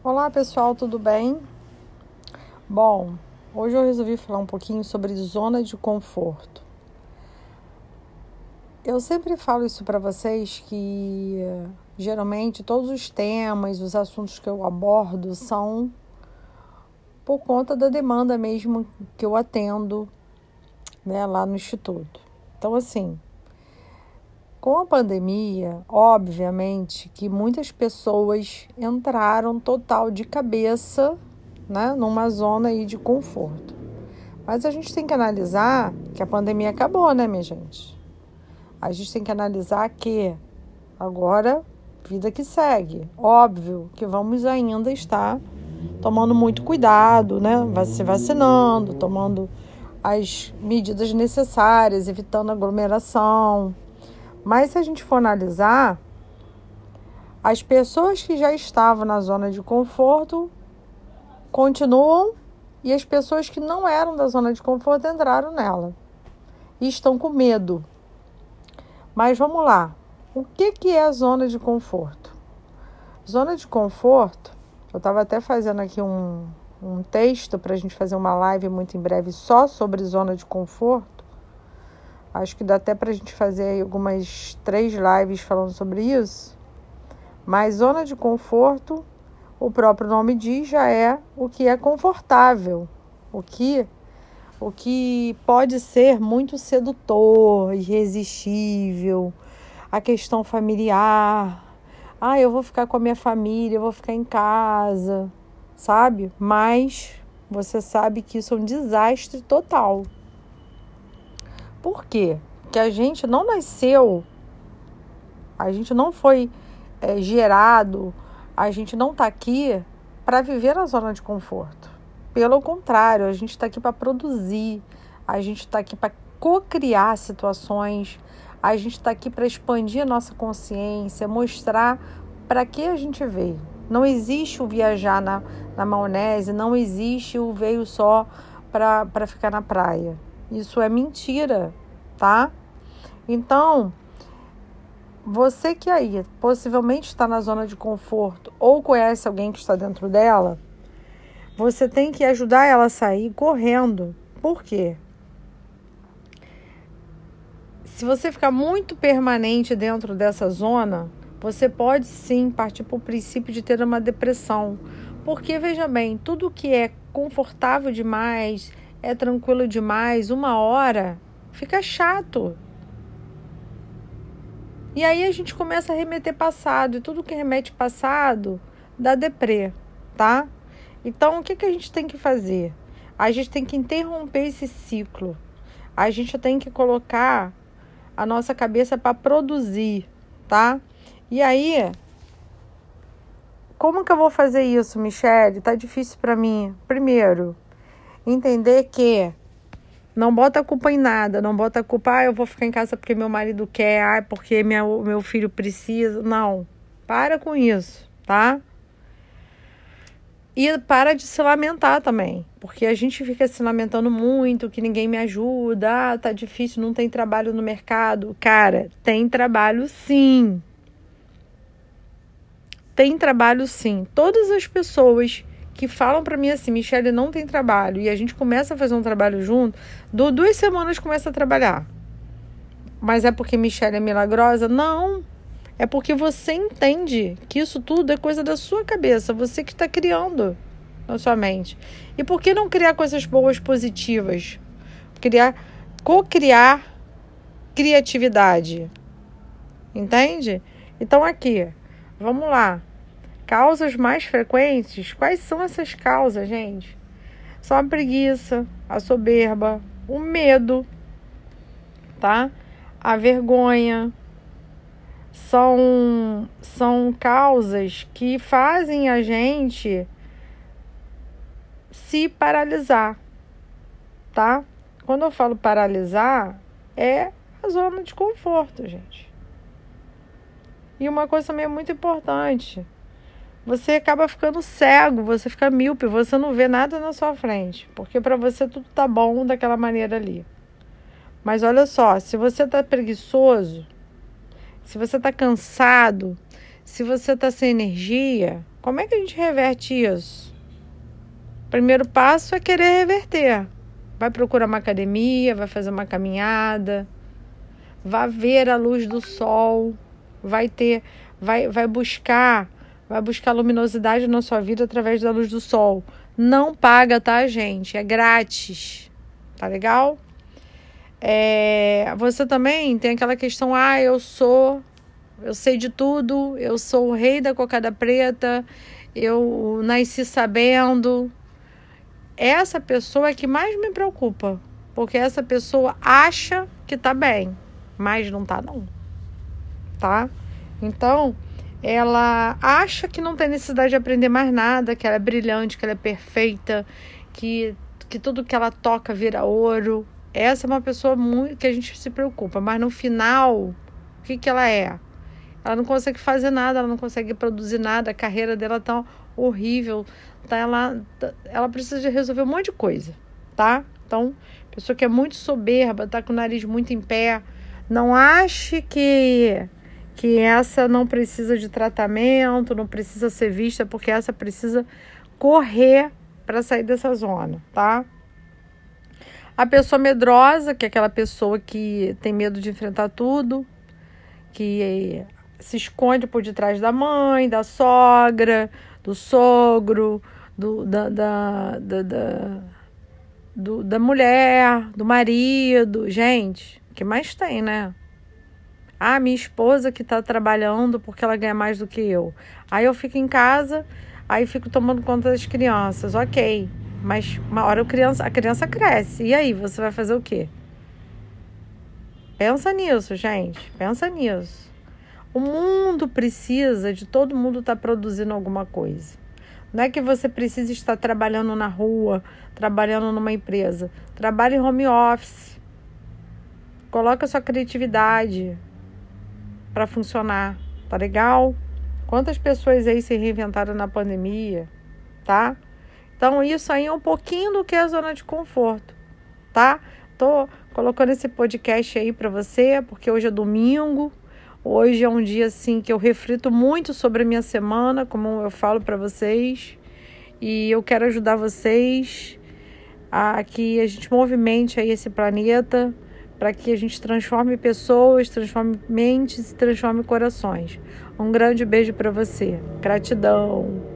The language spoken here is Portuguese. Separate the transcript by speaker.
Speaker 1: Olá pessoal, tudo bem? Bom, hoje eu resolvi falar um pouquinho sobre zona de conforto. Eu sempre falo isso para vocês que geralmente todos os temas, os assuntos que eu abordo são por conta da demanda mesmo que eu atendo, né, lá no Instituto. Então assim, com a pandemia, obviamente que muitas pessoas entraram total de cabeça, né, numa zona aí de conforto. Mas a gente tem que analisar que a pandemia acabou, né, minha gente? A gente tem que analisar que agora, vida que segue. Óbvio que vamos ainda estar tomando muito cuidado, né? Se vacinando, tomando as medidas necessárias, evitando aglomeração. Mas se a gente for analisar, as pessoas que já estavam na zona de conforto continuam e as pessoas que não eram da zona de conforto entraram nela e estão com medo. Mas vamos lá. O que é a zona de conforto? Zona de conforto, eu estava até fazendo aqui um texto para a gente fazer uma live muito em breve só sobre zona de conforto. Acho que dá até para a gente fazer algumas 3 lives falando sobre isso. Mas zona de conforto, o próprio nome diz, já é o que é confortável. O que pode ser muito sedutor, irresistível. A questão familiar. Eu vou ficar com a minha família, eu vou ficar em casa, sabe? Mas você sabe que isso é um desastre total. Por quê? Porque a gente não nasceu, a gente não foi gerado, a gente não está aqui para viver na zona de conforto. Pelo contrário, a gente está aqui para produzir, a gente está aqui para co-criar situações, a gente está aqui para expandir a nossa consciência, mostrar para que a gente veio. Não existe o viajar na maionese, não existe o veio só para ficar na praia. Isso é mentira, tá? Então, você que aí possivelmente está na zona de conforto ou conhece alguém que está dentro dela, você tem que ajudar ela a sair correndo. Por quê? Se você ficar muito permanente dentro dessa zona, você pode sim partir para o princípio de ter uma depressão. Porque, veja bem, tudo que é confortável demais, é tranquilo demais, uma hora fica chato. E aí a gente começa a remeter passado, e tudo que remete passado dá deprê, tá? Então, o que a gente tem que fazer? A gente tem que interromper esse ciclo. A gente tem que colocar a nossa cabeça para produzir, tá? E aí, como que eu vou fazer isso, Michele? Tá difícil para mim. Primeiro, entender que não bota a culpa em nada, não bota a culpa, eu vou ficar em casa porque meu marido quer, porque meu filho precisa. Não, para com isso, tá? E para de se lamentar também, porque a gente fica se lamentando muito, que ninguém me ajuda, tá difícil, não tem trabalho no mercado. Cara, tem trabalho sim. Tem trabalho sim. Todas as pessoas que falam para mim assim, Michele, não tem trabalho, e a gente começa a fazer um trabalho junto, 2 semanas começa a trabalhar. Mas é porque Michele é milagrosa? Não. É porque você entende que isso tudo é coisa da sua cabeça, você que está criando na sua mente. E por que não criar coisas boas, positivas? Co-criar criatividade. Entende? Então aqui, vamos lá. Causas mais frequentes, quais são essas causas, gente? São a preguiça, a soberba, o medo, tá? A vergonha. São causas que fazem a gente se paralisar, tá? Quando eu falo paralisar, é a zona de conforto, gente. E uma coisa também muito importante, você acaba ficando cego, você fica míope, você não vê nada na sua frente, porque para você tudo tá bom daquela maneira ali. Mas olha só, se você tá preguiçoso, se você está cansado, se você está sem energia, Como é que a gente reverte isso? O primeiro passo é querer reverter. Vai procurar uma academia, vai fazer uma caminhada, vai ver a luz do sol, vai buscar luminosidade na sua vida através da luz do sol. Não paga, tá, gente? É grátis. Tá legal? Você também tem aquela questão, eu sei de tudo, eu sou o rei da cocada preta, eu nasci sabendo. Essa pessoa é que mais me preocupa, porque essa pessoa acha que tá bem, mas não tá não, tá? Então, ela acha que não tem necessidade de aprender mais nada, que ela é brilhante, que ela é perfeita, que tudo que ela toca vira ouro. Essa é uma pessoa muito que a gente se preocupa, mas no final, o que ela é? Ela não consegue fazer nada, ela não consegue produzir nada, a carreira dela tá horrível, ela precisa de resolver um monte de coisa, tá? Então, pessoa que é muito soberba, tá com o nariz muito em pé, não ache que essa não precisa de tratamento, não precisa ser vista, porque essa precisa correr para sair dessa zona, tá? A pessoa medrosa, que é aquela pessoa que tem medo de enfrentar tudo, que se esconde por detrás da mãe, da sogra, do sogro, da mulher, do marido. Gente, o que mais tem, né? Minha esposa que tá trabalhando porque ela ganha mais do que eu. Aí eu fico em casa, aí fico tomando conta das crianças. Ok, mas uma hora a criança cresce. E aí, você vai fazer o quê? Pensa nisso, gente. Pensa nisso. O mundo precisa de todo mundo estar produzindo alguma coisa. Não é que você precisa estar trabalhando na rua, trabalhando numa empresa. Trabalhe em home office. Coloca a sua criatividade para funcionar. Tá legal? Quantas pessoas aí se reinventaram na pandemia, tá? Então, isso aí é um pouquinho do que é a zona de conforto, tá? Tô colocando esse podcast aí para você, porque hoje é domingo. Hoje é um dia assim que eu reflito muito sobre a minha semana, como eu falo para vocês, e eu quero ajudar vocês a que a gente movimente aí esse planeta para que a gente transforme pessoas, transforme mentes e transforme corações. Um grande beijo para você. Gratidão.